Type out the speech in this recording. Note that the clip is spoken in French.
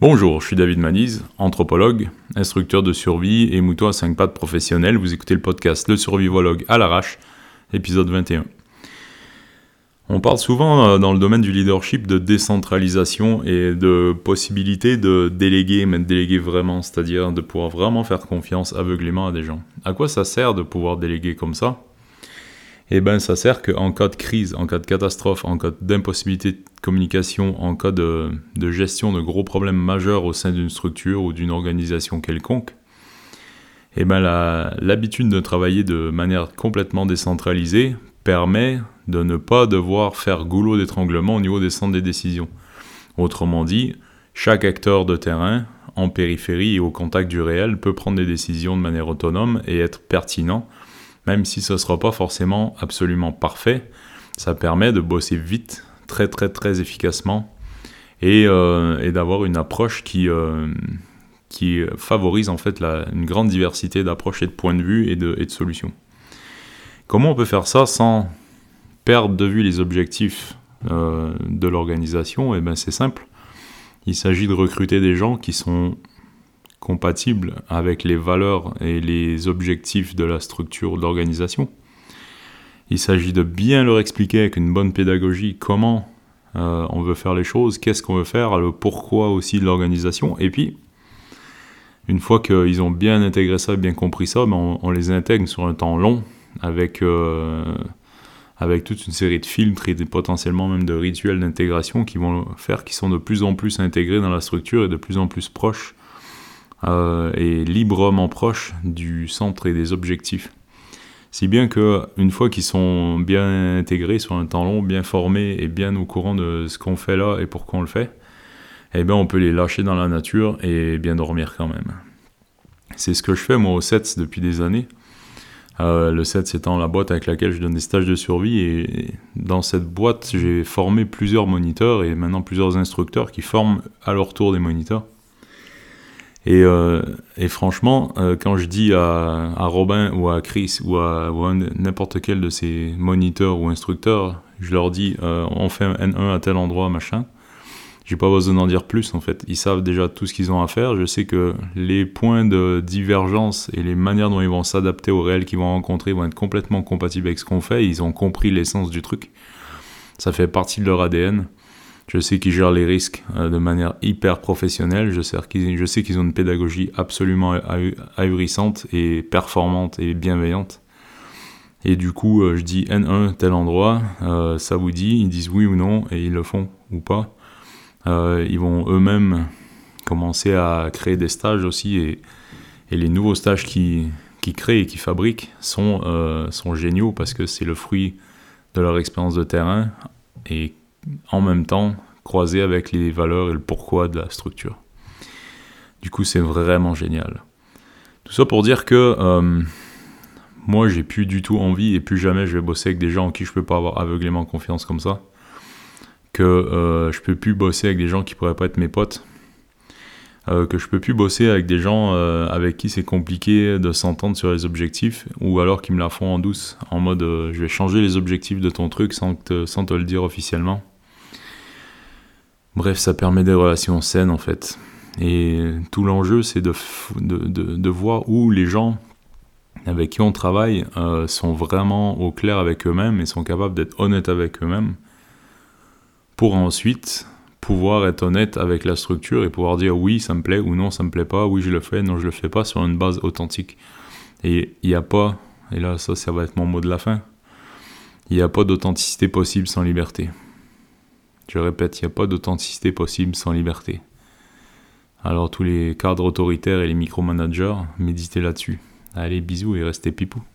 Bonjour, je suis David Maniz, anthropologue, instructeur de survie et mouton à 5 pattes professionnel. Vous écoutez le podcast Le Survivologue à l'arrache, épisode 21. On parle souvent dans le domaine du leadership de décentralisation et de possibilité de déléguer, mais de déléguer vraiment, c'est-à-dire de pouvoir vraiment faire confiance aveuglément à des gens. À quoi ça sert de pouvoir déléguer comme ça ? Eh bien, ça sert qu'en cas de crise, en cas de catastrophe, en cas d'impossibilité de communication, en cas de gestion de gros problèmes majeurs au sein d'une structure ou d'une organisation quelconque, eh bien, l'habitude de travailler de manière complètement décentralisée permet de ne pas devoir faire goulot d'étranglement au niveau des centres des décisions. Autrement dit, chaque acteur de terrain, en périphérie et au contact du réel, peut prendre des décisions de manière autonome et être pertinent, même si ce ne sera pas forcément absolument parfait. Ça permet de bosser vite, très efficacement, et d'avoir une approche qui favorise en fait une grande diversité d'approches et de points de vue et de solutions. Comment on peut faire ça sans perdre de vue les objectifs de l'organisation ? Eh bien, c'est simple. Il s'agit de recruter des gens qui sont compatibles avec les valeurs et les objectifs de la structure d'organisation. Il s'agit de bien leur expliquer avec une bonne pédagogie comment on veut faire les choses, qu'est-ce qu'on veut faire, le pourquoi aussi de l'organisation. Et puis, une fois qu'ils ont bien intégré ça, bien compris ça, on les intègre sur un temps long avec toute une série de filtres et potentiellement même de rituels d'intégration qui vont faire qu'ils sont de plus en plus intégrés dans la structure et de plus en plus proches et librement proches du centre et des objectifs. Si bien qu'une fois qu'ils sont bien intégrés sur un temps long, bien formés et bien au courant de ce qu'on fait là et pourquoi on le fait, eh bien on peut les lâcher dans la nature et bien dormir quand même. C'est ce que je fais moi au SETS depuis des années. Le SETS étant la boîte avec laquelle je donne des stages de survie, et dans cette boîte j'ai formé plusieurs moniteurs et maintenant plusieurs instructeurs qui forment à leur tour des moniteurs. Et franchement, quand je dis à Robin ou à Chris ou à n'importe quel de ces moniteurs ou instructeurs, je leur dis on fait un N1 à tel endroit, machin, j'ai pas besoin d'en dire plus en fait. Ils savent déjà tout ce qu'ils ont à faire. Je sais que les points de divergence et les manières dont ils vont s'adapter au réel qu'ils vont rencontrer vont être complètement compatibles avec ce qu'on fait. Ils ont compris l'essence du truc. Ça fait partie de leur ADN. Je sais qu'ils gèrent les risques de manière hyper professionnelle. Je sais qu'ils ont une pédagogie absolument ahurissante et performante et bienveillante. Et du coup, je dis N1, tel endroit, ça vous dit, ils disent oui ou non, et ils le font ou pas. Ils vont eux-mêmes commencer à créer des stages aussi, et les nouveaux stages qu'ils créent et qu'ils fabriquent sont géniaux parce que c'est le fruit de leur expérience de terrain et en même temps croisé avec les valeurs et le pourquoi de la structure. Du coup, c'est vraiment génial. Tout ça pour dire que moi, j'ai plus du tout envie et plus jamais je vais bosser avec des gens en qui je peux pas avoir aveuglément confiance comme ça. Que je peux plus bosser avec des gens qui pourraient pas être mes potes. Que je peux plus bosser avec des gens avec qui c'est compliqué de s'entendre sur les objectifs, ou alors qui me la font en douce, en mode je vais changer les objectifs de ton truc sans te le dire officiellement. Bref, ça permet des relations saines en fait. Et tout l'enjeu, c'est de voir où les gens avec qui on travaille sont vraiment au clair avec eux-mêmes et sont capables d'être honnêtes avec eux-mêmes, pour ensuite pouvoir être honnête avec la structure et pouvoir dire oui, ça me plaît, ou non, ça me plaît pas, oui, je le fais, non, je le fais pas, sur une base authentique. Et il n'y a pas, et là, ça va être mon mot de la fin, il n'y a pas d'authenticité possible sans liberté. Je répète, il n'y a pas d'authenticité possible sans liberté. Alors tous les cadres autoritaires et les micromanagers, méditez là-dessus. Allez, bisous et restez pipou.